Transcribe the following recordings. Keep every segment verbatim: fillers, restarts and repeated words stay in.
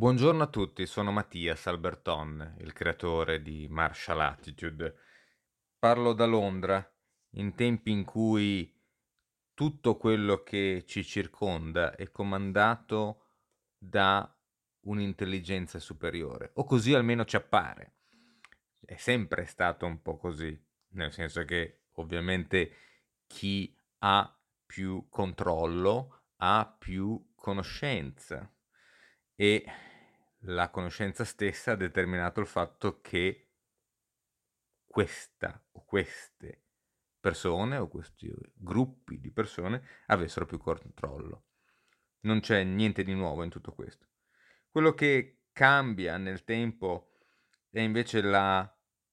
Buongiorno a tutti, sono Mattias Alberton, il creatore di Martial Attitude. Parlo da Londra, in tempi in cui tutto quello che ci circonda è comandato da un'intelligenza superiore, o così almeno ci appare. È sempre stato un po' così, nel senso che ovviamente chi ha più controllo ha più conoscenza e la conoscenza stessa ha determinato il fatto che questa o queste persone o questi gruppi di persone avessero più controllo. Non c'è niente di nuovo in tutto questo. Quello che cambia nel tempo è invece la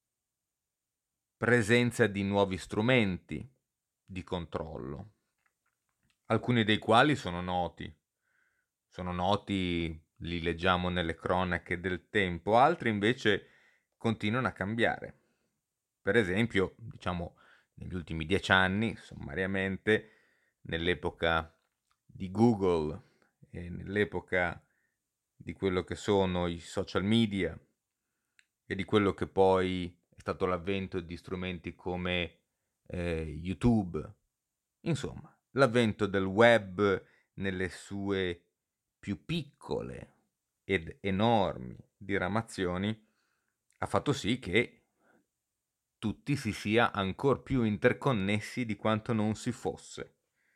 presenza di nuovi strumenti di controllo, alcuni dei quali sono noti. Sono noti, li leggiamo nelle cronache del tempo, altri invece continuano a cambiare. Per esempio, diciamo, negli ultimi dieci anni, sommariamente, nell'epoca di Google e nell'epoca di quello che sono i social media e di quello che poi è stato l'avvento di strumenti come eh, YouTube, insomma, l'avvento del web nelle sue più piccole ed enormi diramazioni ha fatto sì che tutti si sia ancor più interconnessi di quanto non si fosse.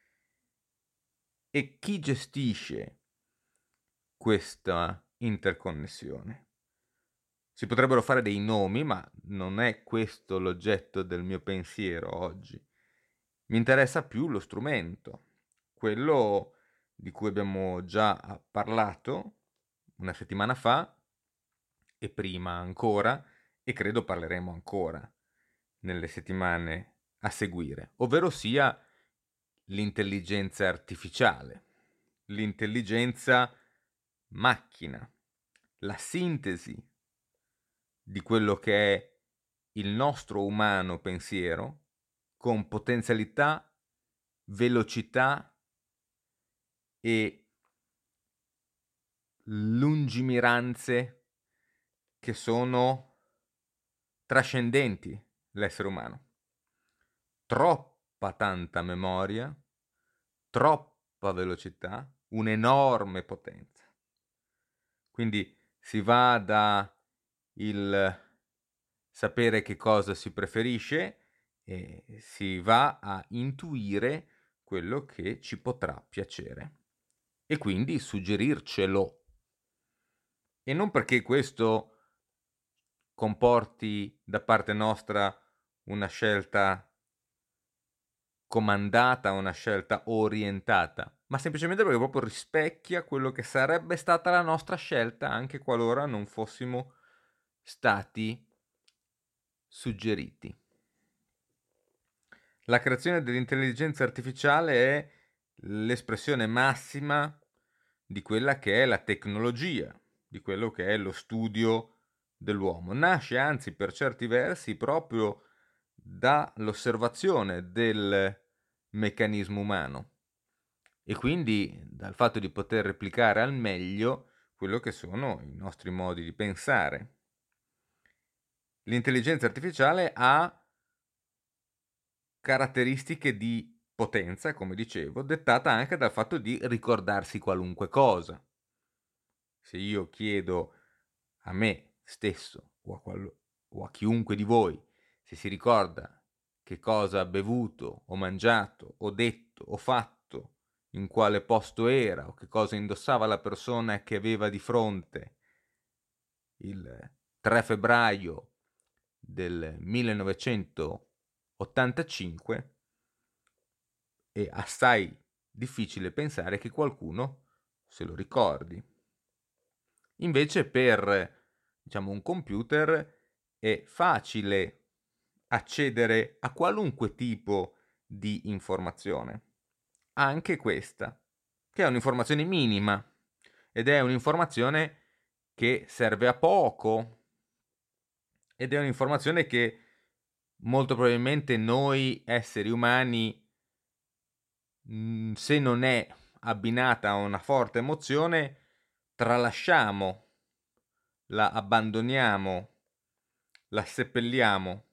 E chi gestisce questa interconnessione? Si potrebbero fare dei nomi, ma non è questo l'oggetto del mio pensiero oggi. Mi interessa più lo strumento, quello di cui abbiamo già parlato una settimana fa e prima ancora, e credo parleremo ancora nelle settimane a seguire, ovvero sia l'intelligenza artificiale, l'intelligenza macchina, la sintesi di quello che è il nostro umano pensiero con potenzialità, velocità e lungimiranze che sono trascendenti l'essere umano. Troppa tanta memoria, troppa velocità, un'enorme potenza. Quindi si va da il sapere che cosa si preferisce e si va a intuire quello che ci potrà piacere e quindi suggerircelo. E non perché questo comporti da parte nostra una scelta comandata, una scelta orientata, ma semplicemente perché proprio rispecchia quello che sarebbe stata la nostra scelta anche qualora non fossimo stati suggeriti. La creazione dell'intelligenza artificiale è l'espressione massima di quella che è la tecnologia, di quello che è lo studio dell'uomo. Nasce anzi per certi versi proprio dall'osservazione del meccanismo umano e quindi dal fatto di poter replicare al meglio quello che sono i nostri modi di pensare. L'intelligenza artificiale ha caratteristiche di potenza, come dicevo, dettata anche dal fatto di ricordarsi qualunque cosa. Se io chiedo a me stesso o a, qual- o a chiunque di voi se si ricorda che cosa ha bevuto o mangiato o detto o fatto, in quale posto era o che cosa indossava la persona che aveva di fronte il tre febbraio del millenovecentottantacinque, è assai difficile pensare che qualcuno se lo ricordi. Invece per, diciamo, un computer è facile accedere a qualunque tipo di informazione, anche questa, che è un'informazione minima ed è un'informazione che serve a poco ed è un'informazione che molto probabilmente noi esseri umani, mh, se non è abbinata a una forte emozione, tralasciamo la abbandoniamo, la seppelliamo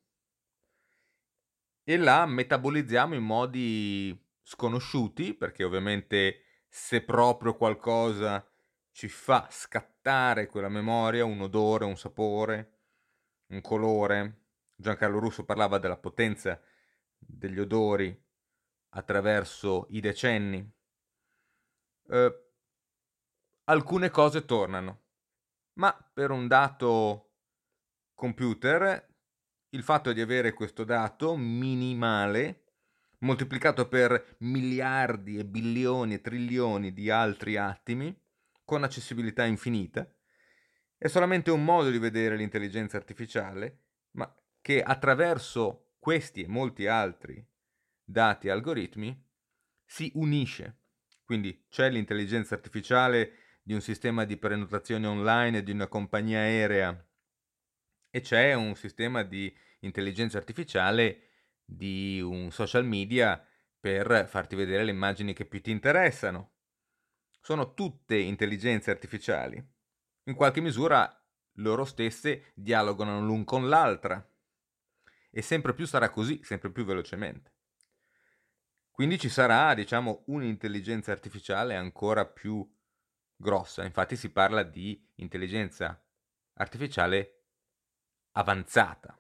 e la metabolizziamo in modi sconosciuti, perché ovviamente se proprio qualcosa ci fa scattare quella memoria, un odore, un sapore, un colore. Giancarlo Russo parlava della potenza degli odori attraverso i decenni. Eh, alcune cose tornano, ma per un dato computer il fatto di avere questo dato minimale moltiplicato per miliardi e bilioni e trilioni di altri attimi con accessibilità infinita è solamente un modo di vedere l'intelligenza artificiale, ma che attraverso questi e molti altri dati e algoritmi si unisce. Quindi c'è l'intelligenza artificiale di un sistema di prenotazione online di una compagnia aerea e c'è un sistema di intelligenza artificiale di un social media per farti vedere le immagini che più ti interessano. Sono tutte intelligenze artificiali. In qualche misura loro stesse dialogano l'un con l'altra e sempre più sarà così, sempre più velocemente. Quindi ci sarà, diciamo, un'intelligenza artificiale ancora più grossa. Infatti si parla di intelligenza artificiale avanzata.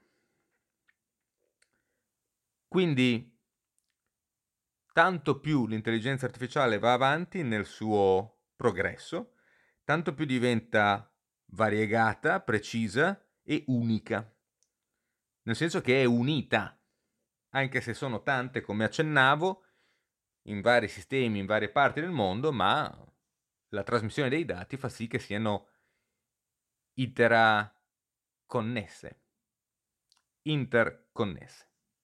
Quindi tanto più l'intelligenza artificiale va avanti nel suo progresso, tanto più diventa variegata, precisa e unica. Nel senso che è unita, anche se sono tante, come accennavo, in vari sistemi, in varie parti del mondo, ma la trasmissione dei dati fa sì che siano interconnesse. Interconnesse.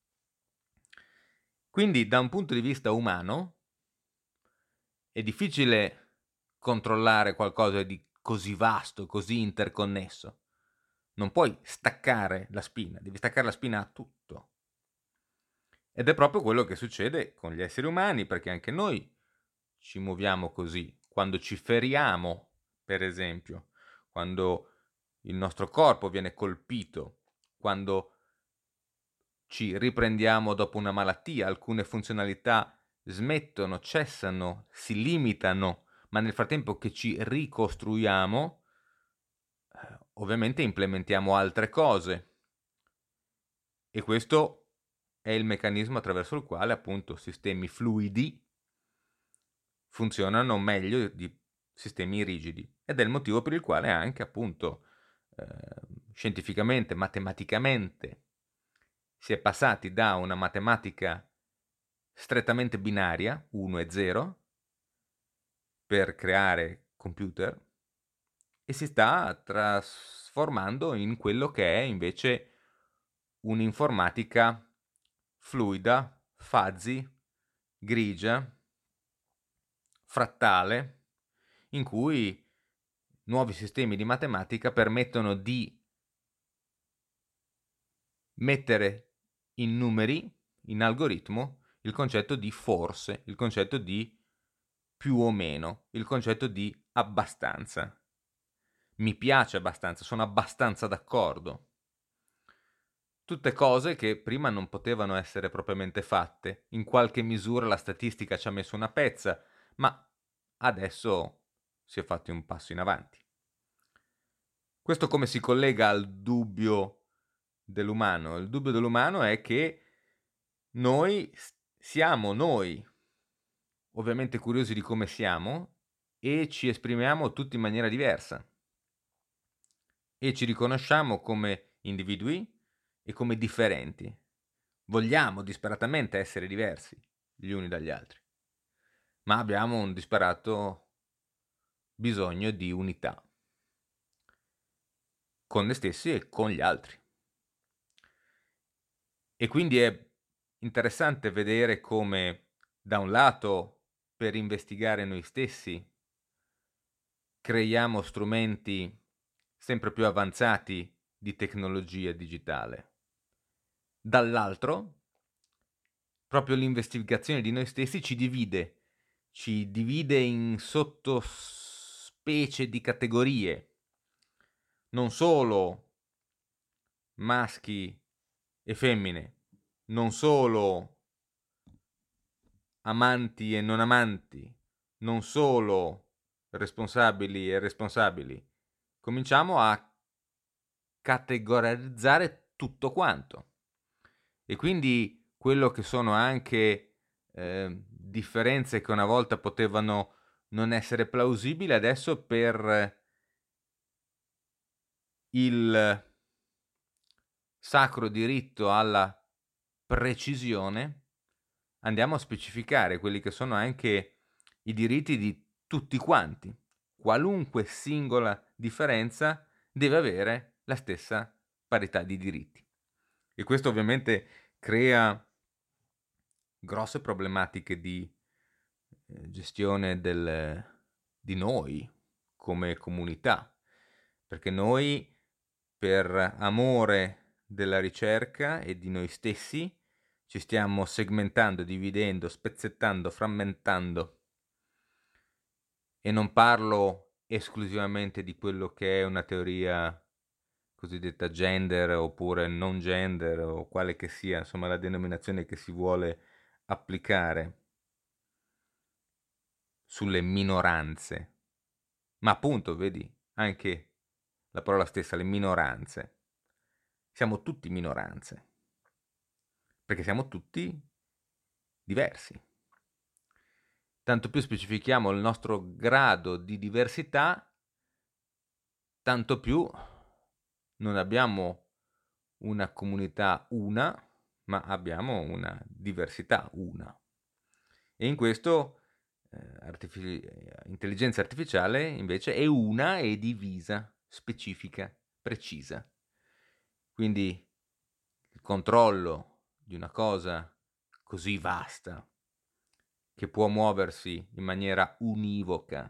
Quindi da un punto di vista umano è difficile controllare qualcosa di così vasto, così interconnesso. Non puoi staccare la spina, devi staccare la spina a tutto. Ed è proprio quello che succede con gli esseri umani, perché anche noi ci muoviamo così. Quando ci feriamo, per esempio, quando il nostro corpo viene colpito, quando ci riprendiamo dopo una malattia, alcune funzionalità smettono, cessano, si limitano, ma nel frattempo che ci ricostruiamo, eh, ovviamente implementiamo altre cose. E questo è il meccanismo attraverso il quale appunto sistemi fluidi funzionano meglio di sistemi rigidi. Ed è il motivo per il quale anche appunto eh, scientificamente, matematicamente, si è passati da una matematica strettamente binaria, uno e zero, per creare computer, e si sta trasformando in quello che è invece un'informatica fluida, fuzzy, grigia, frattale, in cui nuovi sistemi di matematica permettono di mettere in numeri, in algoritmo, il concetto di forse, il concetto di più o meno, il concetto di abbastanza. Mi piace abbastanza, sono abbastanza d'accordo. Tutte cose che prima non potevano essere propriamente fatte. In qualche misura la statistica ci ha messo una pezza, ma adesso si è fatto un passo in avanti. Questo come si collega al dubbio dell'umano? Il dubbio dell'umano è che noi siamo noi, ovviamente curiosi di come siamo, e ci esprimiamo tutti in maniera diversa. E ci riconosciamo come individui e come differenti. Vogliamo disperatamente essere diversi gli uni dagli altri, ma abbiamo un disperato bisogno di unità con noi stessi e con gli altri. E quindi è interessante vedere come, da un lato, per investigare noi stessi, creiamo strumenti sempre più avanzati di tecnologia digitale. Dall'altro, proprio l'investigazione di noi stessi ci divide, ci divide in sottospecie di categorie. non solo maschi e femmine, non solo amanti e non amanti, non solo responsabili e responsabili. Cominciamo a categorizzare tutto quanto. E quindi quello che sono anche eh, differenze che una volta potevano non essere plausibili, adesso per il sacro diritto alla precisione andiamo a specificare quelli che sono anche i diritti di tutti quanti. Qualunque singola differenza deve avere la stessa parità di diritti. E questo ovviamente crea grosse problematiche di eh, gestione del, di noi come comunità, perché noi per amore della ricerca e di noi stessi ci stiamo segmentando, dividendo, spezzettando, frammentando, e non parlo esclusivamente di quello che è una teoria cosiddetta gender oppure non gender o quale che sia, insomma, la denominazione che si vuole applicare sulle minoranze. Ma appunto, vedi, anche la parola stessa, le minoranze. Siamo tutti minoranze, perché siamo tutti diversi. Tanto più specifichiamo il nostro grado di diversità, tanto più non abbiamo una comunità una, ma abbiamo una diversità una. E in questo eh, artifici- intelligenza artificiale invece è una e divisa, specifica, precisa. Quindi il controllo di una cosa così vasta, che può muoversi in maniera univoca,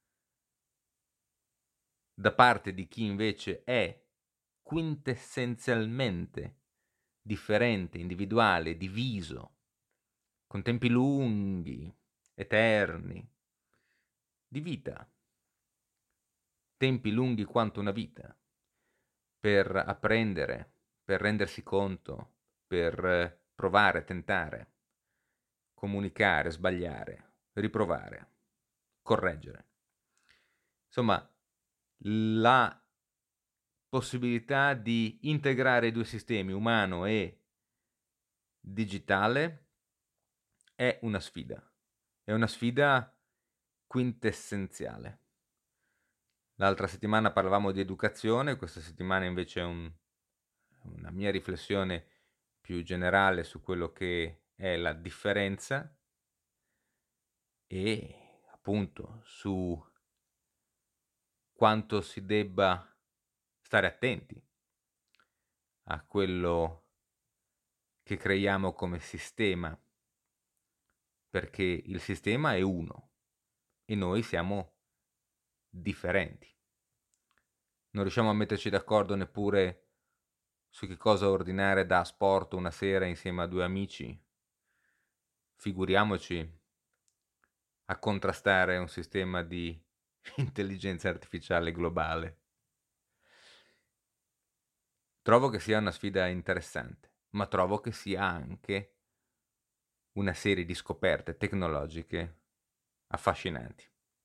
da parte di chi invece è quintessenzialmente differente, individuale, diviso, con tempi lunghi, eterni, di vita, tempi lunghi quanto una vita, per apprendere, per rendersi conto, per provare, tentare, comunicare, sbagliare, riprovare, correggere. Insomma, la possibilità di integrare i due sistemi, umano e digitale, è una sfida. È una sfida quintessenziale. L'altra settimana parlavamo di educazione, questa settimana invece è un, una mia riflessione più generale su quello che è la differenza e appunto su quanto si debba stare attenti a quello che creiamo come sistema, perché il sistema è uno e noi siamo differenti. Non riusciamo a metterci d'accordo neppure su che cosa ordinare da asporto una sera insieme a due amici. Figuriamoci a contrastare un sistema di intelligenza artificiale globale. Trovo che sia una sfida interessante, ma trovo che sia anche una serie di scoperte tecnologiche affascinanti.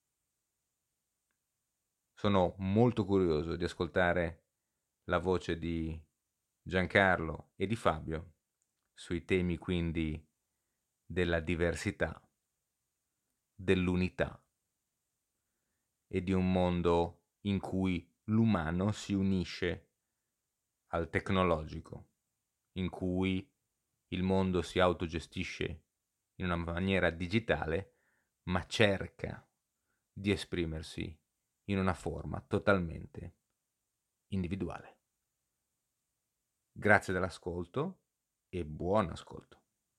Sono molto curioso di ascoltare la voce di Giancarlo e di Fabio sui temi quindi della diversità, dell'unità e di un mondo in cui l'umano si unisce al tecnologico, in cui il mondo si autogestisce in una maniera digitale, ma cerca di esprimersi in una forma totalmente individuale. Grazie dell'ascolto e buon ascolto.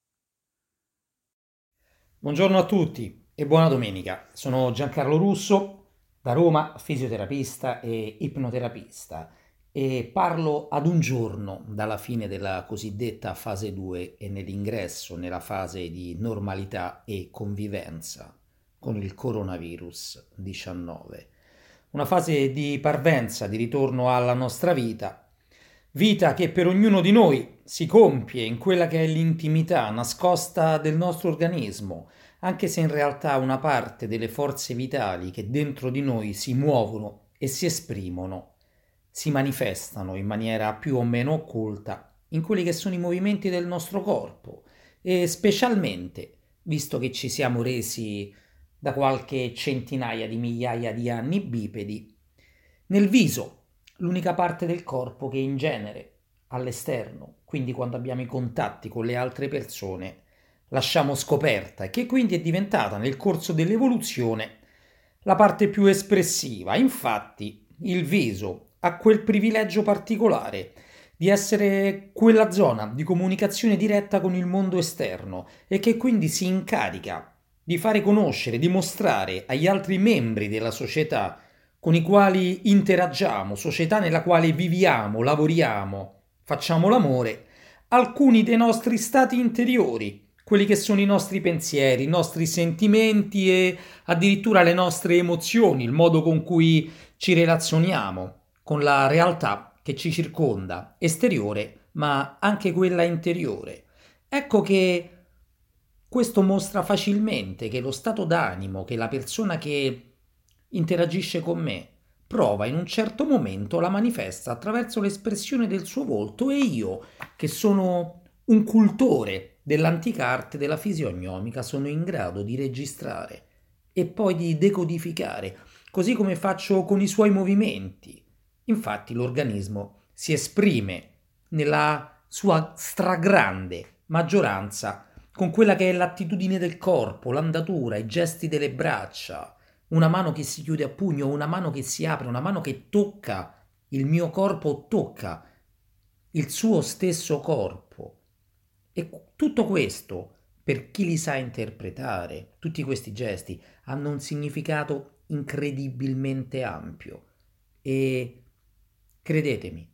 Buongiorno a tutti e buona domenica. Sono Giancarlo Russo, da Roma, fisioterapista e ipnoterapista, e parlo ad un giorno dalla fine della cosiddetta fase due e nell'ingresso nella fase di normalità e convivenza con il coronavirus diciannove. una fase di parvenza, di ritorno alla nostra vita, vita che per ognuno di noi si compie in quella che è l'intimità nascosta del nostro organismo, anche se in realtà una parte delle forze vitali che dentro di noi si muovono e si esprimono, si manifestano in maniera più o meno occulta in quelli che sono i movimenti del nostro corpo e specialmente, visto che ci siamo resi da qualche centinaia di migliaia di anni bipedi, nel viso, l'unica parte del corpo che in genere all'esterno, quindi quando abbiamo i contatti con le altre persone, lasciamo scoperta e che quindi è diventata nel corso dell'evoluzione la parte più espressiva. Infatti, il viso ha quel privilegio particolare di essere quella zona di comunicazione diretta con il mondo esterno e che quindi si incarica di fare conoscere, di mostrare agli altri membri della società con i quali interagiamo, società nella quale viviamo, lavoriamo, facciamo l'amore, alcuni dei nostri stati interiori, quelli che sono i nostri pensieri, i nostri sentimenti e addirittura le nostre emozioni, il modo con cui ci relazioniamo con la realtà che ci circonda, esteriore, ma anche quella interiore. Ecco che questo mostra facilmente che lo stato d'animo che la persona che interagisce con me prova in un certo momento la manifesta attraverso l'espressione del suo volto e io, che sono un cultore dell'antica arte della fisionomica, sono in grado di registrare e poi di decodificare, così come faccio con i suoi movimenti. Infatti l'organismo si esprime nella sua stragrande maggioranza con quella che è l'attitudine del corpo, l'andatura, i gesti delle braccia, una mano che si chiude a pugno, una mano che si apre, una mano che tocca il mio corpo, tocca il suo stesso corpo. E tutto questo, per chi li sa interpretare, tutti questi gesti hanno un significato incredibilmente ampio. E credetemi,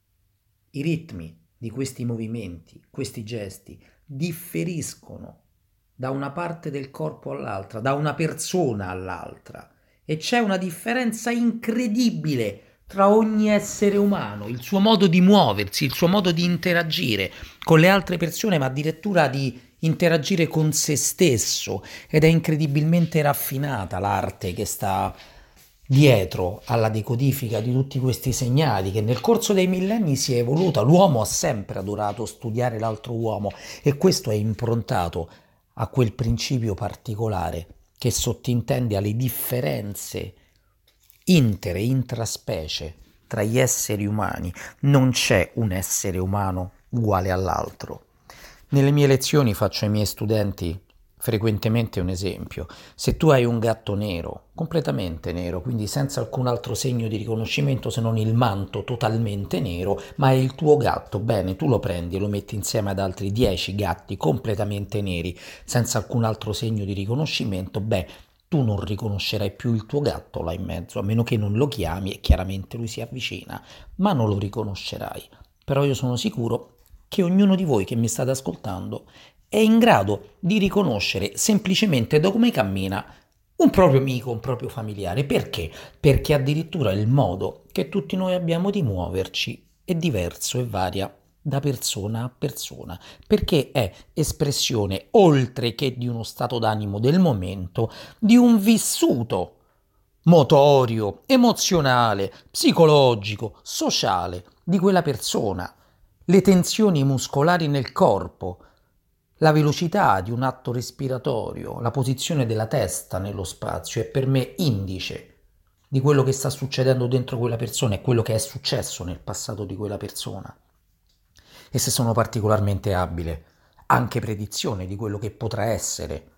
i ritmi di questi movimenti, questi gesti, differiscono da una parte del corpo all'altra, da una persona all'altra. E c'è una differenza incredibile tra ogni essere umano, il suo modo di muoversi, il suo modo di interagire con le altre persone, ma addirittura di interagire con se stesso. Ed è incredibilmente raffinata l'arte che sta dietro alla decodifica di tutti questi segnali che nel corso dei millenni si è evoluta. L'uomo ha sempre adorato studiare l'altro uomo e questo è improntato a quel principio particolare che sottintende alle differenze inter e intraspecie tra gli esseri umani. Non c'è un essere umano uguale all'altro. Nelle mie lezioni faccio ai miei studenti frequentemente un esempio. Se tu hai un gatto nero, completamente nero, quindi senza alcun altro segno di riconoscimento se non il manto totalmente nero, ma è il tuo gatto, bene, tu lo prendi e lo metti insieme ad altri dieci gatti completamente neri, senza alcun altro segno di riconoscimento, beh, tu non riconoscerai più il tuo gatto là in mezzo, a meno che non lo chiami e chiaramente lui si avvicina, ma non lo riconoscerai. Però io sono sicuro che ognuno di voi che mi state ascoltando è in grado di riconoscere semplicemente da come cammina un proprio amico, un proprio familiare. Perché? Perché addirittura il modo che tutti noi abbiamo di muoverci è diverso e varia da persona a persona, perché è espressione, oltre che di uno stato d'animo del momento, di un vissuto motorio, emozionale, psicologico, sociale di quella persona. Le tensioni muscolari nel corpo, la velocità di un atto respiratorio, la posizione della testa nello spazio è per me indice di quello che sta succedendo dentro quella persona e quello che è successo nel passato di quella persona. E se sono particolarmente abile, anche predizione di quello che potrà essere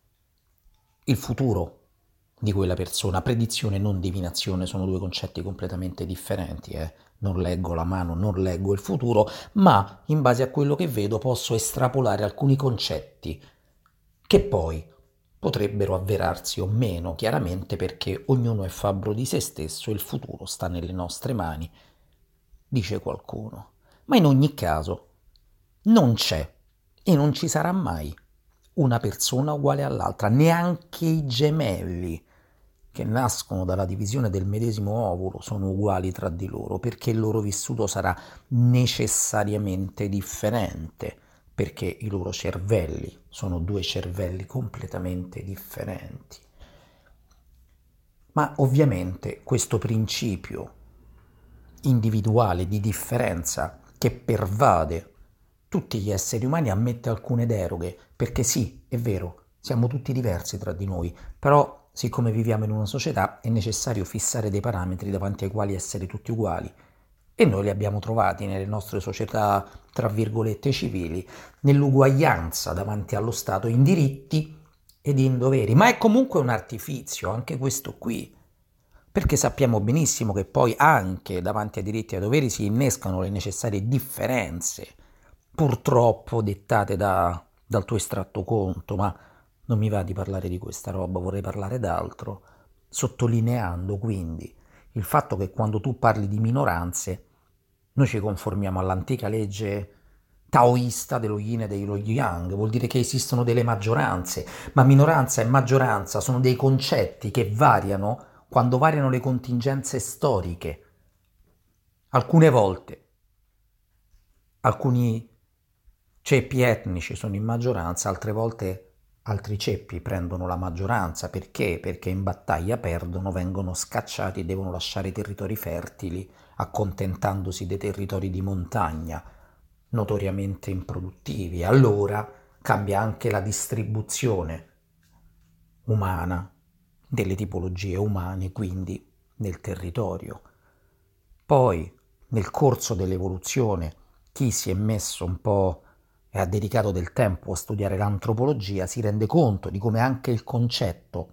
il futuro di quella persona. Predizione e non divinazione sono due concetti completamente differenti, eh. Non leggo la mano, non leggo il futuro, ma in base a quello che vedo posso estrapolare alcuni concetti che poi potrebbero avverarsi o meno, chiaramente perché ognuno è fabbro di se stesso e il futuro sta nelle nostre mani, dice qualcuno. Ma in ogni caso non c'è e non ci sarà mai una persona uguale all'altra, neanche i gemelli che nascono dalla divisione del medesimo ovulo sono uguali tra di loro, perché il loro vissuto sarà necessariamente differente, perché i loro cervelli sono due cervelli completamente differenti. Ma ovviamente questo principio individuale di differenza che pervade tutti gli esseri umani ammette alcune deroghe, perché sì, è vero, siamo tutti diversi tra di noi, però siccome viviamo in una società è necessario fissare dei parametri davanti ai quali essere tutti uguali. E noi li abbiamo trovati nelle nostre società, tra virgolette, civili, nell'uguaglianza davanti allo Stato in diritti ed in doveri. Ma è comunque un artifizio, anche questo qui, perché sappiamo benissimo che poi anche davanti ai diritti e ai doveri si innescano le necessarie differenze, purtroppo dettate da, dal tuo estratto conto, ma non mi va di parlare di questa roba, vorrei parlare d'altro, sottolineando quindi il fatto che quando tu parli di minoranze, noi ci conformiamo all'antica legge taoista dello yin e dello yang, vuol dire che esistono delle maggioranze, ma minoranza e maggioranza sono dei concetti che variano quando variano le contingenze storiche. Alcune volte alcuni ceppi etnici sono in maggioranza, altre volte altri ceppi prendono la maggioranza. Perché? Perché in battaglia perdono, vengono scacciati e devono lasciare i territori fertili, accontentandosi dei territori di montagna, notoriamente improduttivi. Allora cambia anche la distribuzione umana, delle tipologie umane, quindi nel territorio. Poi, nel corso dell'evoluzione, chi si è messo un po' e ha dedicato del tempo a studiare l'antropologia si rende conto di come anche il concetto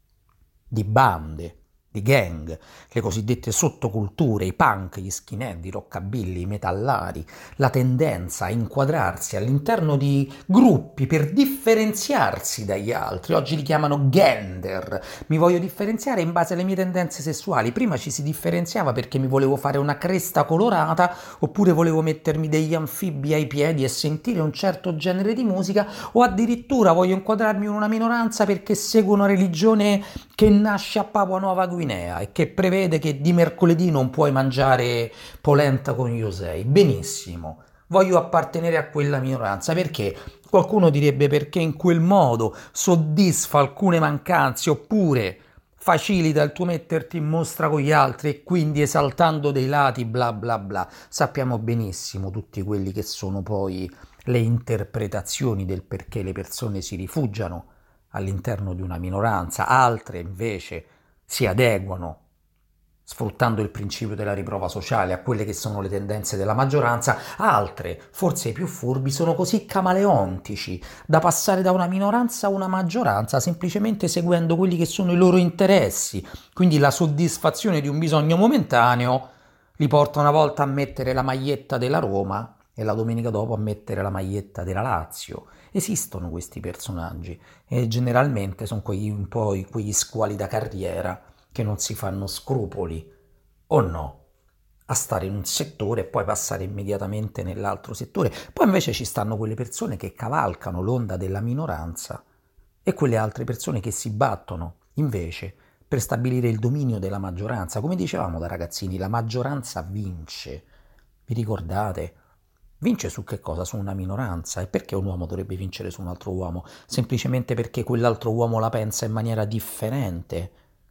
di bande, di gang, le cosiddette sottoculture, i punk, gli skinhead, i rockabilly, i metallari, la tendenza a inquadrarsi all'interno di gruppi per differenziarsi dagli altri. Oggi li chiamano gender. Mi voglio differenziare in base alle mie tendenze sessuali. Prima ci si differenziava perché mi volevo fare una cresta colorata, oppure volevo mettermi degli anfibi ai piedi e sentire un certo genere di musica, o addirittura voglio inquadrarmi in una minoranza perché seguo una religione che nasce a Papua Nuova Guinea e che prevede che di mercoledì non puoi mangiare polenta con Yosei. Benissimo, voglio appartenere a quella minoranza. Perché? Qualcuno direbbe perché in quel modo soddisfa alcune mancanze, oppure facilita il tuo metterti in mostra con gli altri e quindi esaltando dei lati bla bla bla. Sappiamo benissimo tutti quelli che sono poi le interpretazioni del perché le persone si rifugiano all'interno di una minoranza, altre invece si adeguano sfruttando il principio della riprova sociale a quelle che sono le tendenze della maggioranza, altre, forse i più furbi, sono così camaleontici da passare da una minoranza a una maggioranza semplicemente seguendo quelli che sono i loro interessi, quindi la soddisfazione di un bisogno momentaneo li porta una volta a mettere la maglietta della Roma e la domenica dopo a mettere la maglietta della Lazio. Esistono questi personaggi e generalmente sono quegli, un po' quegli squali da carriera che non si fanno scrupoli, o no, a stare in un settore e poi passare immediatamente nell'altro settore. Poi invece ci stanno quelle persone che cavalcano l'onda della minoranza e quelle altre persone che si battono invece per stabilire il dominio della maggioranza. Come dicevamo da ragazzini, la maggioranza vince. Vi ricordate? Vince su che cosa? Su una minoranza. E perché un uomo dovrebbe vincere su un altro uomo? Semplicemente perché quell'altro uomo la pensa in maniera differente.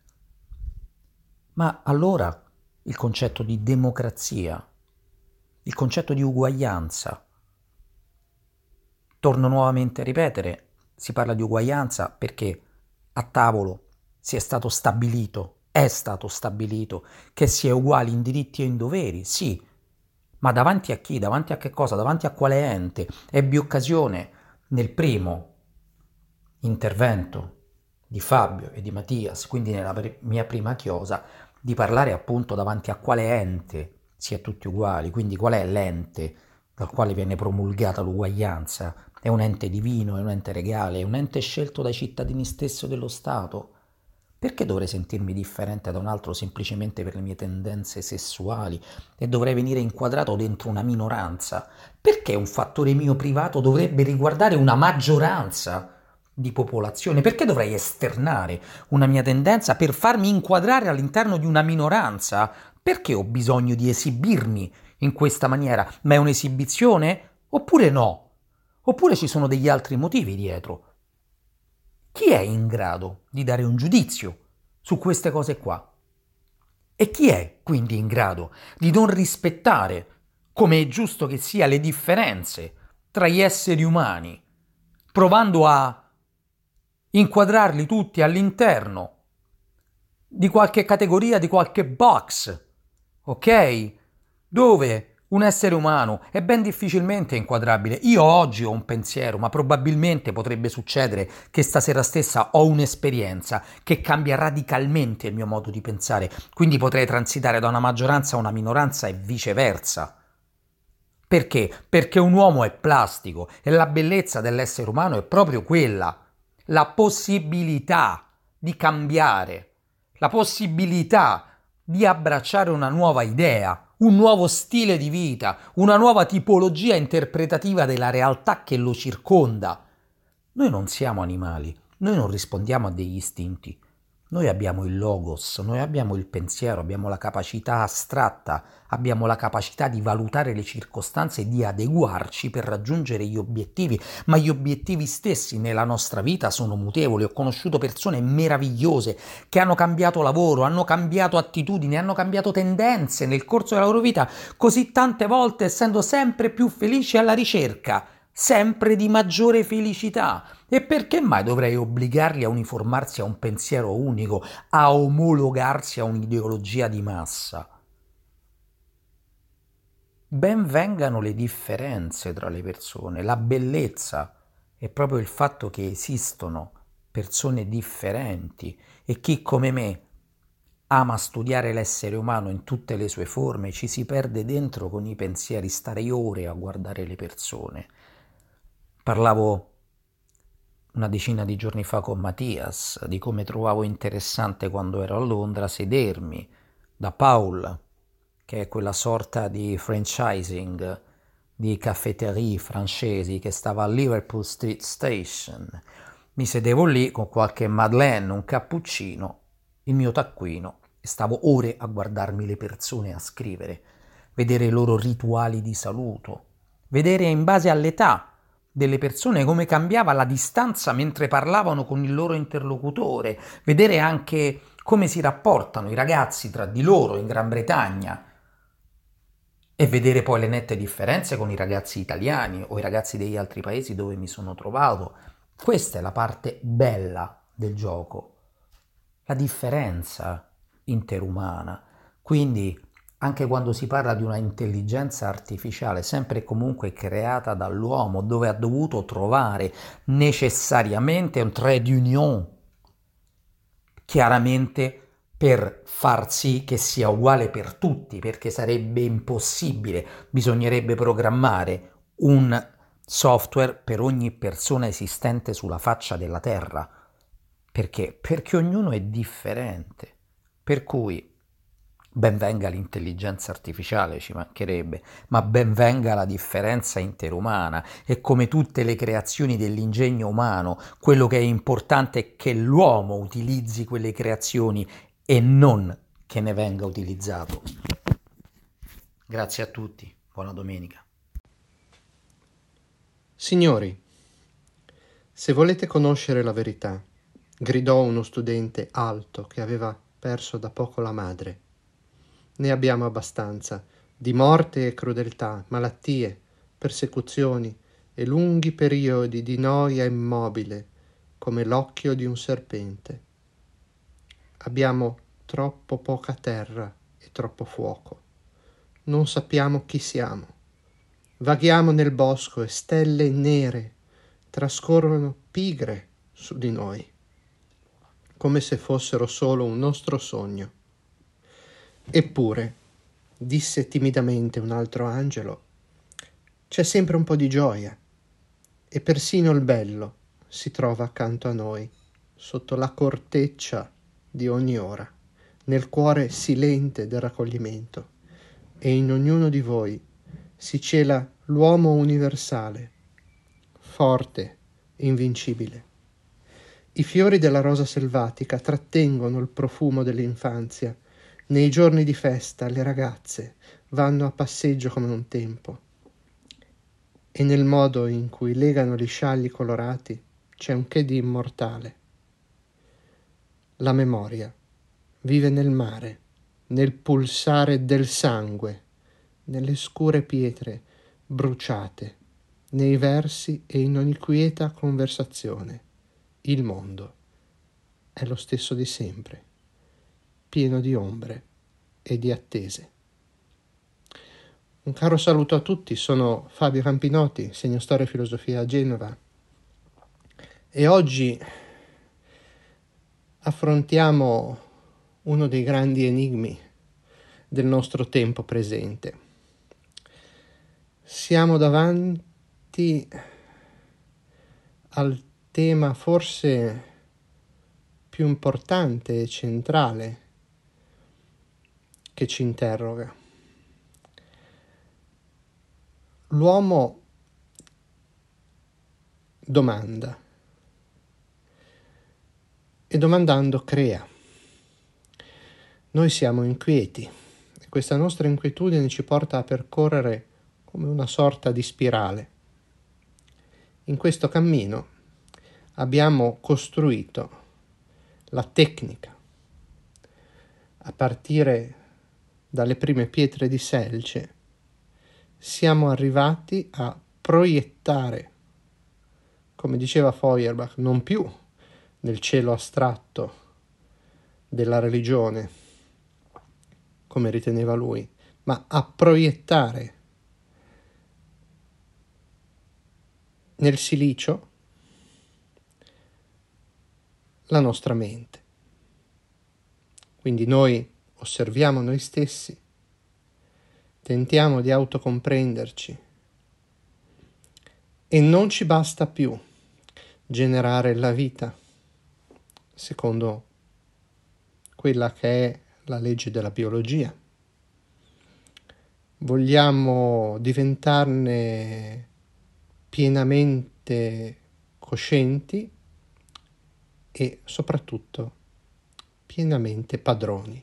Ma allora il concetto di democrazia, il concetto di uguaglianza, torno nuovamente a ripetere, si parla di uguaglianza perché a tavolo si è stato stabilito, è stato stabilito che si è uguali in diritti e in doveri, sì. Ma davanti a chi? Davanti a che cosa? Davanti a quale ente? Ebbi occasione nel primo intervento di Fabio e di Mattias, quindi nella mia prima chiosa, di parlare appunto davanti a quale ente si è tutti uguali, quindi qual è l'ente dal quale viene promulgata l'uguaglianza. È un ente divino, è un ente regale, è un ente scelto dai cittadini stesso dello Stato. Perché dovrei sentirmi differente da un altro semplicemente per le mie tendenze sessuali e dovrei venire inquadrato dentro una minoranza? Perché un fattore mio privato dovrebbe riguardare una maggioranza? di popolazione? Perché dovrei esternare una mia tendenza per farmi inquadrare all'interno di una minoranza? Perché ho bisogno di esibirmi in questa maniera? Ma è un'esibizione? Oppure no? Oppure ci sono degli altri motivi dietro? Chi è in grado di dare un giudizio su queste cose qua? E chi è quindi in grado di non rispettare, come è giusto che sia, le differenze tra gli esseri umani, provando a inquadrarli tutti all'interno di qualche categoria, di qualche box, ok? Dove un essere umano è ben difficilmente inquadrabile. Io oggi ho un pensiero, ma probabilmente potrebbe succedere che stasera stessa ho un'esperienza che cambia radicalmente il mio modo di pensare, quindi potrei transitare da una maggioranza a una minoranza e viceversa. Perché? Perché un uomo è plastico e la bellezza dell'essere umano è proprio quella, la possibilità di cambiare, la possibilità di abbracciare una nuova idea, un nuovo stile di vita, una nuova tipologia interpretativa della realtà che lo circonda. Noi non siamo animali, noi non rispondiamo a degli istinti. Noi abbiamo il logos, noi abbiamo il pensiero, abbiamo la capacità astratta, abbiamo la capacità di valutare le circostanze e di adeguarci per raggiungere gli obiettivi, ma gli obiettivi stessi nella nostra vita sono mutevoli. Ho conosciuto persone meravigliose che hanno cambiato lavoro, hanno cambiato attitudini, hanno cambiato tendenze nel corso della loro vita, così tante volte essendo sempre più felici alla ricerca, sempre di maggiore felicità. E perché mai dovrei obbligarli a uniformarsi a un pensiero unico, a omologarsi a un'ideologia di massa? Ben vengano le differenze tra le persone, la bellezza è proprio il fatto che esistono persone differenti e chi come me ama studiare l'essere umano in tutte le sue forme ci si perde dentro con i pensieri, stare ore a guardare le persone. Parlavo una decina di giorni fa con Mattias di come trovavo interessante quando ero a Londra sedermi da Paul, che è quella sorta di franchising di caffetterie francesi che stava a Liverpool Street Station. Mi sedevo lì con qualche madeleine, un cappuccino, il mio taccuino e stavo ore a guardarmi le persone a scrivere, vedere i loro rituali di saluto, vedere in base all'età delle persone come cambiava la distanza mentre parlavano con il loro interlocutore, vedere anche come si rapportano i ragazzi tra di loro in Gran Bretagna e vedere poi le nette differenze con i ragazzi italiani o i ragazzi degli altri paesi dove mi sono trovato. Questa è la parte bella del gioco, la differenza interumana. Quindi anche quando si parla di una intelligenza artificiale, sempre e comunque creata dall'uomo, dove ha dovuto trovare necessariamente un trait d'union, chiaramente per far sì che sia uguale per tutti, perché sarebbe impossibile, bisognerebbe programmare un software per ogni persona esistente sulla faccia della Terra. Perché? Perché ognuno è differente. Per cui ben venga l'intelligenza artificiale, ci mancherebbe, ma ben venga la differenza interumana e come tutte le creazioni dell'ingegno umano, quello che è importante è che l'uomo utilizzi quelle creazioni e non che ne venga utilizzato. Grazie a tutti, buona domenica. Signori, se volete conoscere la verità, gridò uno studente alto che aveva perso da poco la madre. Ne abbiamo abbastanza di morte e crudeltà, malattie, persecuzioni e lunghi periodi di noia immobile come l'occhio di un serpente. Abbiamo troppo poca terra e troppo fuoco. Non sappiamo chi siamo. Vaghiamo nel bosco e stelle nere trascorrono pigre su di noi, come se fossero solo un nostro sogno. Eppure, disse timidamente un altro angelo, c'è sempre un po' di gioia e persino il bello si trova accanto a noi, sotto la corteccia di ogni ora, nel cuore silente del raccoglimento, e in ognuno di voi si cela l'uomo universale, forte e invincibile. I fiori della rosa selvatica trattengono il profumo dell'infanzia. Nei giorni di festa le ragazze vanno a passeggio come un tempo. E nel modo in cui legano gli scialli colorati c'è un che di immortale. La memoria vive nel mare, nel pulsare del sangue, nelle scure pietre bruciate, nei versi e in ogni quieta conversazione. Il mondo è lo stesso di sempre, pieno di ombre e di attese. Un caro saluto a tutti, sono Fabio Campinotti, insegno storia e filosofia a Genova e oggi affrontiamo uno dei grandi enigmi del nostro tempo presente. Siamo davanti al tema forse più importante e centrale che ci interroga. L'uomo domanda e domandando crea. Noi siamo inquieti e questa nostra inquietudine ci porta a percorrere come una sorta di spirale. In questo cammino abbiamo costruito la tecnica a partire dalle prime pietre di selce. Siamo arrivati a proiettare, come diceva Feuerbach, non più nel cielo astratto della religione, come riteneva lui, ma a proiettare nel silicio la nostra mente. Quindi noi osserviamo noi stessi, tentiamo di autocomprenderci e non ci basta più generare la vita secondo quella che è la legge della biologia. Vogliamo diventarne pienamente coscienti e soprattutto pienamente padroni.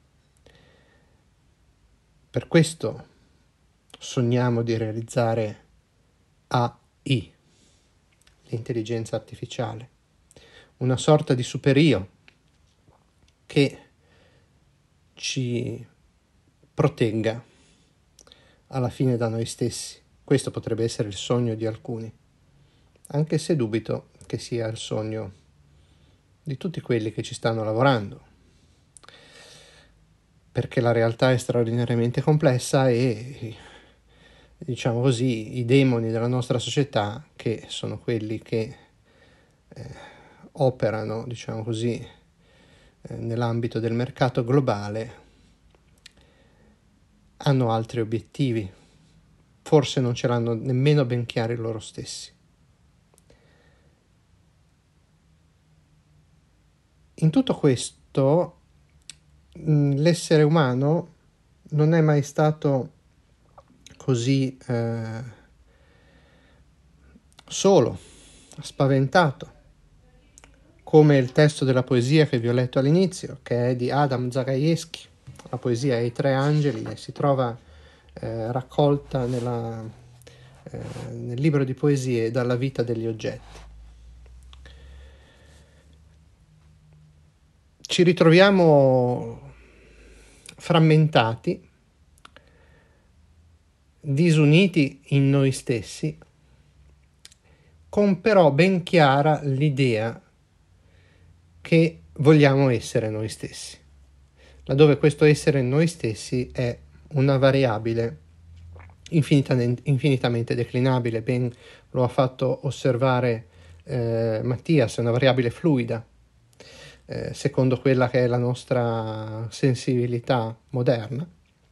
Per questo sogniamo di realizzare A I, l'intelligenza artificiale, una sorta di superio che ci protegga alla fine da noi stessi. Questo potrebbe essere il sogno di alcuni, anche se dubito che sia il sogno di tutti quelli che ci stanno lavorando, perché la realtà è straordinariamente complessa e, diciamo così, i demoni della nostra società, che sono quelli che eh, operano, diciamo così, eh, nell'ambito del mercato globale, hanno altri obiettivi, forse non ce l'hanno nemmeno ben chiari loro stessi. In tutto questo, l'essere umano non è mai stato così eh, solo, spaventato, come il testo della poesia che vi ho letto all'inizio, che è di Adam Zagajewski. La poesia I tre angeli e si trova eh, raccolta nella, eh, nel libro di poesie Dalla vita degli oggetti. Ci ritroviamo frammentati, disuniti in noi stessi, con però ben chiara l'idea che vogliamo essere noi stessi, laddove questo essere noi stessi è una variabile infinitamente, infinitamente declinabile. Ben lo ha fatto osservare eh, Mattias, è una variabile fluida, eh, secondo quella che è la nostra sensibilità moderna.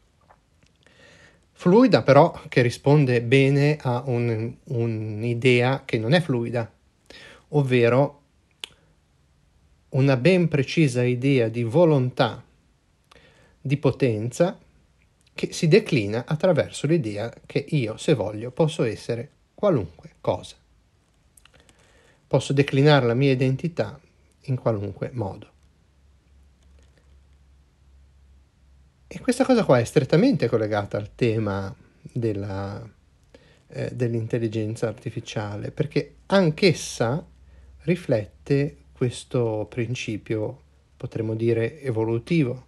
Fluida però che risponde bene a un, un'idea che non è fluida, ovvero una ben precisa idea di volontà, di potenza, che si declina attraverso l'idea che io, se voglio, posso essere qualunque cosa. Posso declinare la mia identità in qualunque modo. E questa cosa qua è strettamente collegata al tema della, eh, dell'intelligenza artificiale, perché anch'essa riflette questo principio, potremmo dire, evolutivo,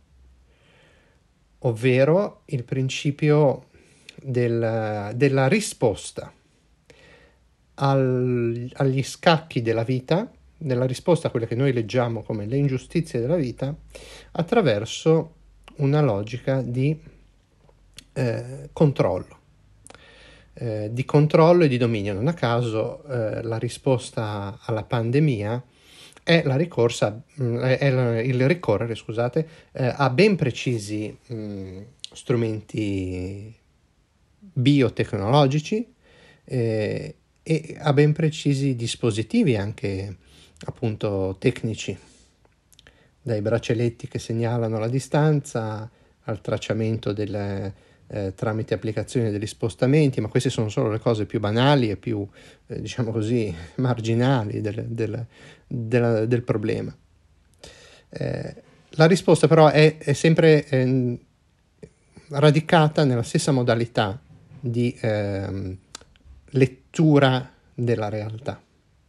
ovvero il principio del, della risposta al, agli scacchi della vita, della risposta a quelle che noi leggiamo come le ingiustizie della vita, attraverso una logica di eh, controllo, eh, di controllo e di dominio. Non a caso eh, la risposta alla pandemia è la ricorsa, mh, è il ricorrere, scusate, eh, a ben precisi mh, strumenti biotecnologici eh, e a ben precisi dispositivi anche appunto tecnici, dai braccialetti che segnalano la distanza al tracciamento delle, eh, tramite applicazione degli spostamenti, ma queste sono solo le cose più banali e più, eh, diciamo così, marginali del, del, del, del problema. Eh, la risposta però è, è sempre eh, radicata nella stessa modalità di eh, lettura della realtà.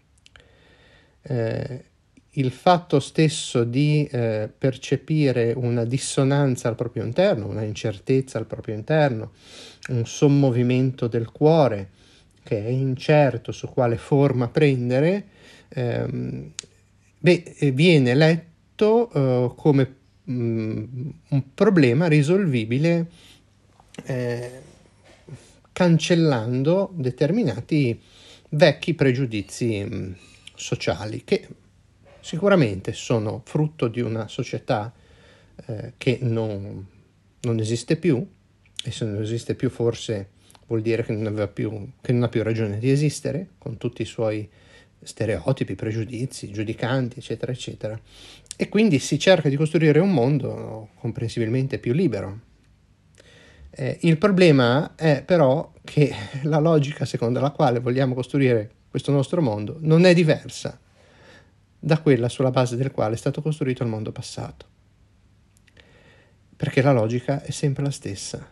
Eh, il fatto stesso di eh, percepire una dissonanza al proprio interno, una incertezza al proprio interno, un sommovimento del cuore che è incerto su quale forma prendere, ehm, beh, viene letto eh, come mh, un problema risolvibile eh, cancellando determinati vecchi pregiudizi mh, sociali che sicuramente sono frutto di una società eh, che non, non esiste più, e se non esiste più forse vuol dire che non aveva più, che non ha più ragione di esistere, con tutti i suoi stereotipi, pregiudizi, giudicanti, eccetera, eccetera. E quindi si cerca di costruire un mondo comprensibilmente più libero. Eh, il problema è però che la logica secondo la quale vogliamo costruire questo nostro mondo non è diversa da quella sulla base del quale è stato costruito il mondo passato, perché la logica è sempre la stessa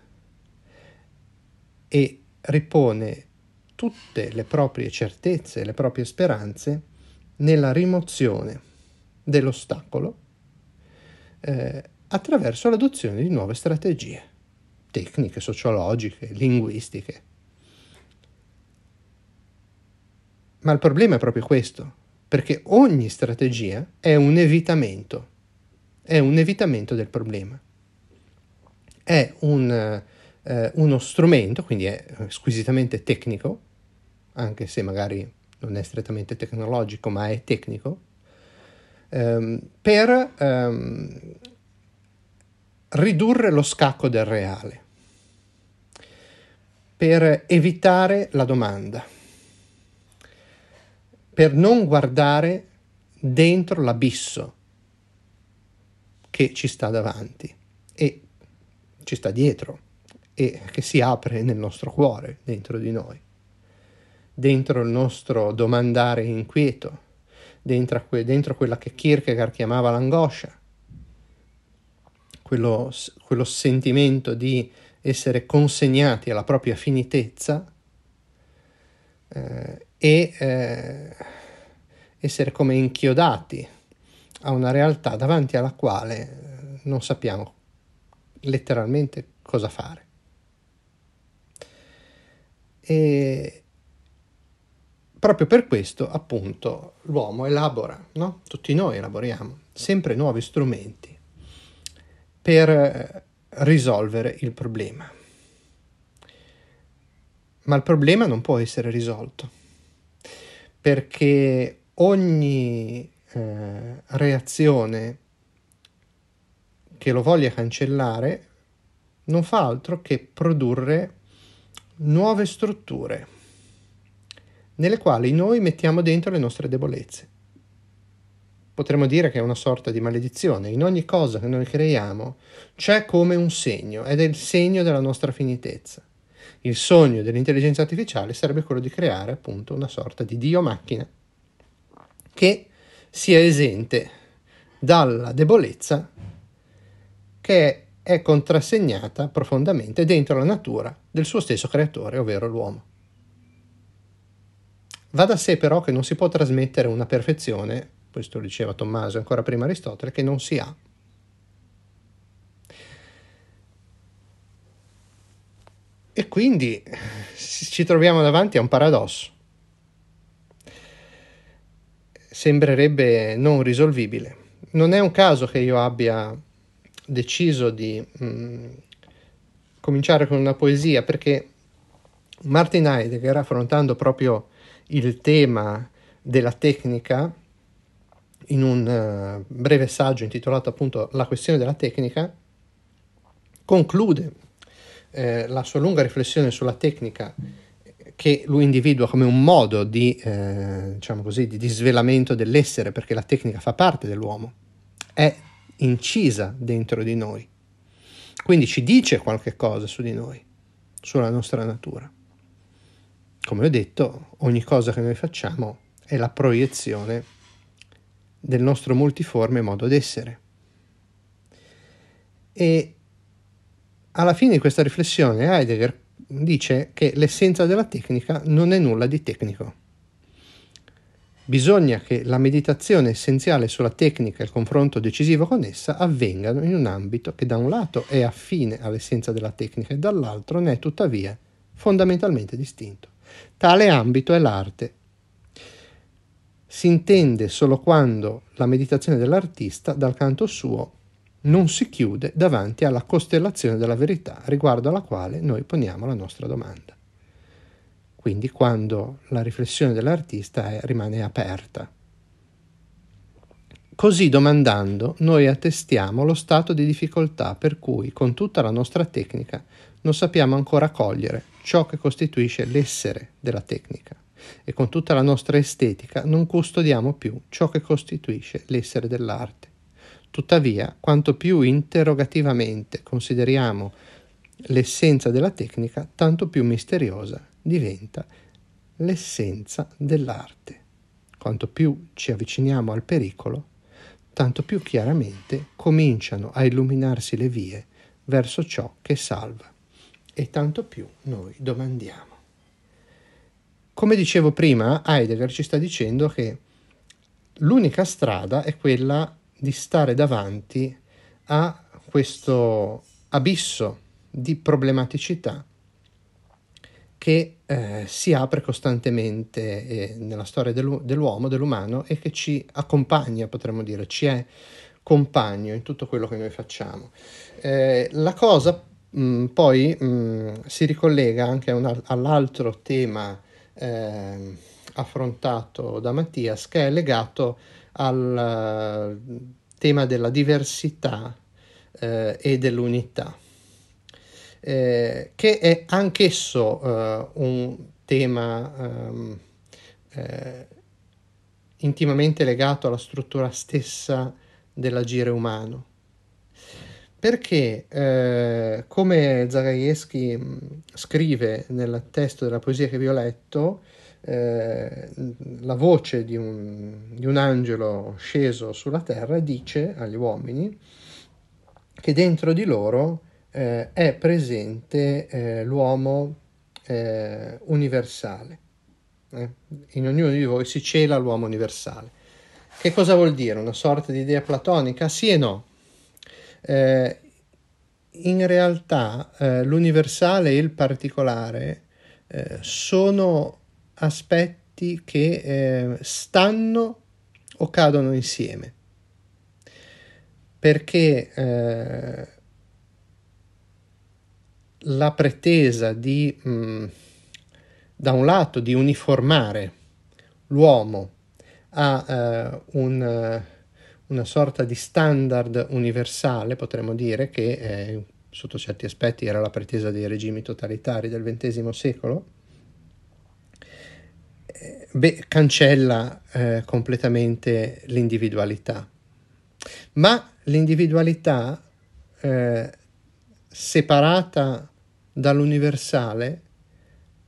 e ripone tutte le proprie certezze, le proprie speranze nella rimozione dell'ostacolo eh, attraverso l'adozione di nuove strategie tecniche, sociologiche, linguistiche. Ma il problema è proprio questo, perché ogni strategia è un evitamento, è un evitamento del problema. È un, eh, uno strumento, quindi è squisitamente tecnico, anche se magari non è strettamente tecnologico, ma è tecnico, ehm, per ehm, ridurre lo scacco del reale, per evitare la domanda, per non guardare dentro l'abisso che ci sta davanti e ci sta dietro e che si apre nel nostro cuore, dentro di noi, dentro il nostro domandare inquieto, dentro, dentro quella che Kierkegaard chiamava l'angoscia, quello, quello sentimento di essere consegnati alla propria finitezza eh, e eh, essere come inchiodati a una realtà davanti alla quale non sappiamo letteralmente cosa fare. E proprio per questo, appunto, l'uomo elabora, no? Tutti noi elaboriamo sempre nuovi strumenti per risolvere il problema. Ma il problema non può essere risolto, perché ogni eh, reazione che lo voglia cancellare non fa altro che produrre nuove strutture nelle quali noi mettiamo dentro le nostre debolezze. Potremmo dire che è una sorta di maledizione. In ogni cosa che noi creiamo c'è come un segno, ed è il segno della nostra finitezza. Il sogno dell'intelligenza artificiale sarebbe quello di creare appunto una sorta di dio macchina che sia esente dalla debolezza che è contrassegnata profondamente dentro la natura del suo stesso creatore, ovvero l'uomo. Va da sé però che non si può trasmettere una perfezione, questo lo diceva Tommaso ancora prima Aristotele, che non si ha. E quindi ci troviamo davanti a un paradosso. Sembrerebbe non risolvibile. Non è un caso che io abbia deciso di mh, cominciare con una poesia, perché Martin Heidegger, affrontando proprio il tema della tecnica in un uh, breve saggio intitolato appunto La questione della tecnica, conclude eh, la sua lunga riflessione sulla tecnica, che lui individua come un modo di, eh, diciamo così, di disvelamento dell'essere, perché la tecnica fa parte dell'uomo, è incisa dentro di noi, quindi ci dice qualche cosa su di noi, sulla nostra natura. Come ho detto, ogni cosa che noi facciamo è la proiezione del nostro multiforme modo d'essere. E alla fine di questa riflessione Heidegger dice che l'essenza della tecnica non è nulla di tecnico. Bisogna che la meditazione essenziale sulla tecnica e il confronto decisivo con essa avvengano in un ambito che da un lato è affine all'essenza della tecnica e dall'altro ne è tuttavia fondamentalmente distinto. Tale ambito è l'arte. Si intende solo quando la meditazione dell'artista, dal canto suo, non si chiude davanti alla costellazione della verità riguardo alla quale noi poniamo la nostra domanda. Quindi quando la riflessione dell'artista è, rimane aperta. Così domandando noi attestiamo lo stato di difficoltà per cui con tutta la nostra tecnica non sappiamo ancora cogliere ciò che costituisce l'essere della tecnica e con tutta la nostra estetica non custodiamo più ciò che costituisce l'essere dell'arte. Tuttavia, quanto più interrogativamente consideriamo l'essenza della tecnica, tanto più misteriosa diventa l'essenza dell'arte. Quanto più ci avviciniamo al pericolo, tanto più chiaramente cominciano a illuminarsi le vie verso ciò che salva, e tanto più noi domandiamo. Come dicevo prima, Heidegger ci sta dicendo che l'unica strada è quella di stare davanti a questo abisso di problematicità che eh, si apre costantemente eh, nella storia dell'u- dell'uomo, dell'umano, e che ci accompagna, potremmo dire, ci è compagno in tutto quello che noi facciamo. Eh, la cosa mh, poi mh, si ricollega anche a una, all'altro tema eh, affrontato da Mattias, che è legato al uh, tema della diversità eh, e dell'unità. Eh, che è anch'esso eh, un tema ehm, eh, intimamente legato alla struttura stessa dell'agire umano, perché eh, come Zagajewski scrive nel testo della poesia che vi ho letto, eh, la voce di un, di un angelo sceso sulla terra dice agli uomini che dentro di loro Eh, è presente eh, l'uomo eh, universale. Eh? In ognuno di voi si cela l'uomo universale. Che cosa vuol dire? Una sorta di idea platonica? Sì e no. Eh, in realtà eh, l'universale e il particolare eh, sono aspetti che eh, stanno o cadono insieme. Perché eh, la pretesa di, mh, da un lato, di uniformare l'uomo a uh, un, uh, una sorta di standard universale, potremmo dire, che eh, sotto certi aspetti era la pretesa dei regimi totalitari del ventesimo secolo, eh, beh, cancella eh, completamente l'individualità. Ma l'individualità eh, separata dall'universale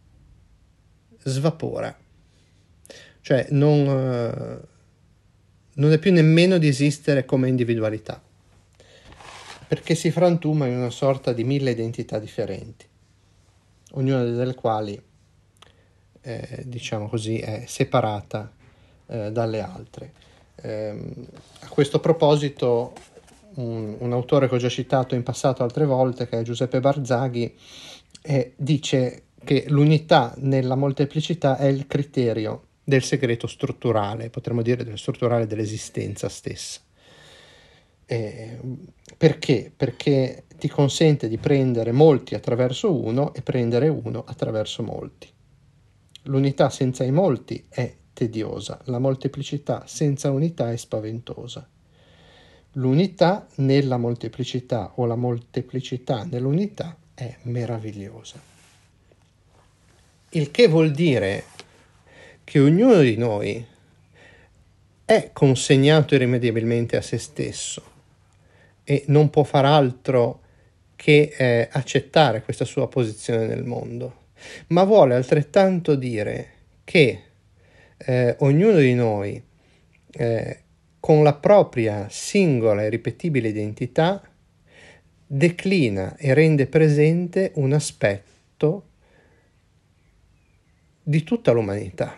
svapora, cioè non, non è più nemmeno di esistere come individualità, perché si frantuma in una sorta di mille identità differenti, ognuna delle quali, eh, diciamo così, è separata eh, dalle altre. Eh, a questo proposito, un, un autore che ho già citato in passato altre volte, che è Giuseppe Barzaghi, eh, dice che l'unità nella molteplicità è il criterio del segreto strutturale, potremmo dire del strutturale dell'esistenza stessa. Eh, perché? Perché ti consente di prendere molti attraverso uno e prendere uno attraverso molti. L'unità senza i molti è tediosa, la molteplicità senza unità è spaventosa. L'unità nella molteplicità o la molteplicità nell'unità è meravigliosa. Il che vuol dire che ognuno di noi è consegnato irrimediabilmente a se stesso e non può far altro che eh, accettare questa sua posizione nel mondo, ma vuole altrettanto dire che eh, ognuno di noi eh, con la propria singola e ripetibile identità declina e rende presente un aspetto di tutta l'umanità.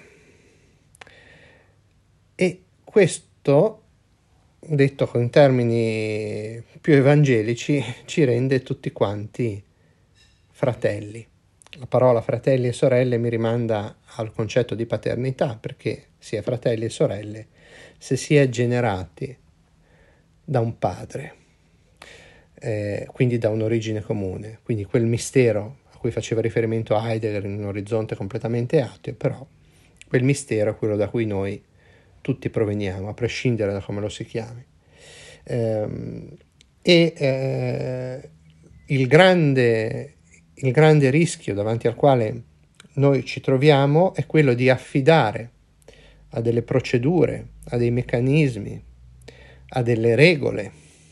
E questo, detto in termini più evangelici, ci rende tutti quanti fratelli. La parola fratelli e sorelle mi rimanda al concetto di paternità, perché si è fratelli e sorelle se si è generati da un padre, eh, quindi da un'origine comune. Quindi quel mistero a cui faceva riferimento Heidegger in un orizzonte completamente ateo, però quel mistero è quello da cui noi tutti proveniamo, a prescindere da come lo si chiami. Ehm, e eh, il grande, il grande rischio davanti al quale noi ci troviamo è quello di affidare a delle procedure, a dei meccanismi, a delle regole,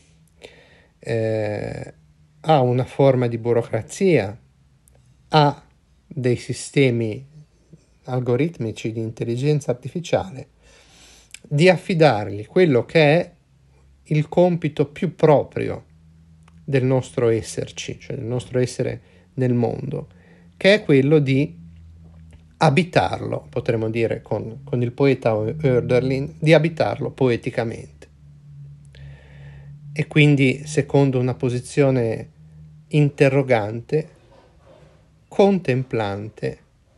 eh, a una forma di burocrazia, a dei sistemi algoritmici di intelligenza artificiale, di affidargli quello che è il compito più proprio del nostro esserci, cioè del nostro essere nel mondo, che è quello di abitarlo, potremmo dire con, con il poeta Hölderlin, di abitarlo poeticamente. E quindi secondo una posizione interrogante, contemplante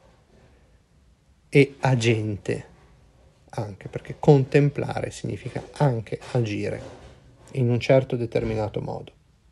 e agente, anche perché contemplare significa anche agire in un certo determinato modo.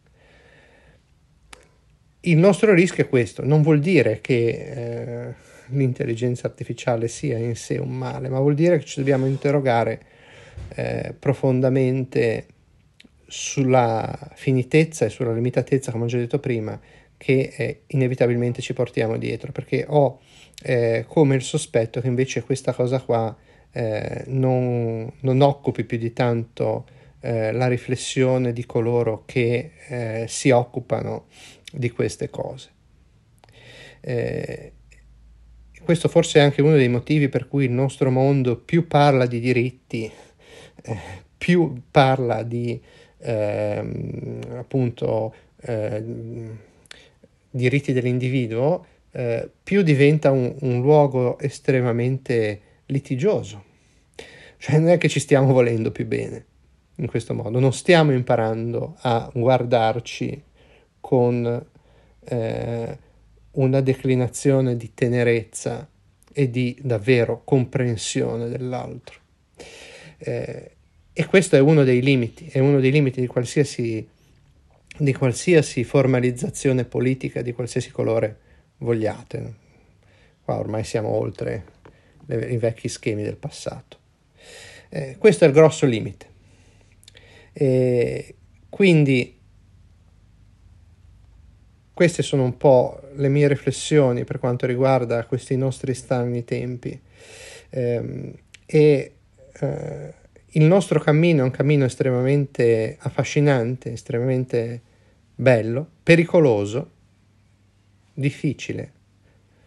Il nostro rischio è questo, non vuol dire che eh, l'intelligenza artificiale sia in sé un male, ma vuol dire che ci dobbiamo interrogare eh, profondamente sulla finitezza e sulla limitatezza, come ho già detto prima, che eh, inevitabilmente ci portiamo dietro, perché ho eh, come il sospetto che invece questa cosa qua eh, non, non occupi più di tanto eh, la riflessione di coloro che eh, si occupano di queste cose. Eh, questo forse è anche uno dei motivi per cui il nostro mondo più parla di diritti, eh, più parla di eh, appunto eh, diritti dell'individuo, eh, più diventa un, un luogo estremamente litigioso. Cioè non è che ci stiamo volendo più bene in questo modo, non stiamo imparando a guardarci con eh, una declinazione di tenerezza e di davvero comprensione dell'altro. Eh, e questo è uno dei limiti, è uno dei limiti di qualsiasi, di qualsiasi formalizzazione politica di qualsiasi colore vogliate. Qua ormai siamo oltre le, i vecchi schemi del passato. Eh, questo è il grosso limite. E quindi queste sono un po' le mie riflessioni per quanto riguarda questi nostri strani tempi. Eh, e eh, il nostro cammino è un cammino estremamente affascinante, estremamente bello, pericoloso, difficile.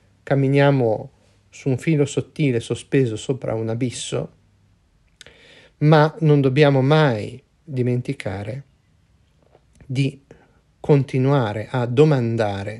Camminiamo su un filo sottile sospeso sopra un abisso, ma non dobbiamo mai dimenticare di continuare a domandare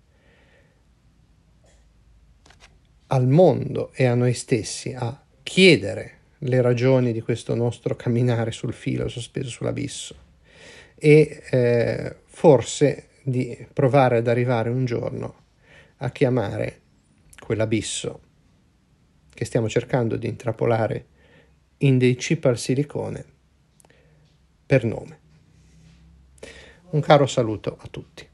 al mondo e a noi stessi, a chiedere le ragioni di questo nostro camminare sul filo sospeso sull'abisso e eh, forse di provare ad arrivare un giorno a chiamare quell'abisso che stiamo cercando di intrappolare in dei chip al silicone per nome. Un caro saluto a tutti.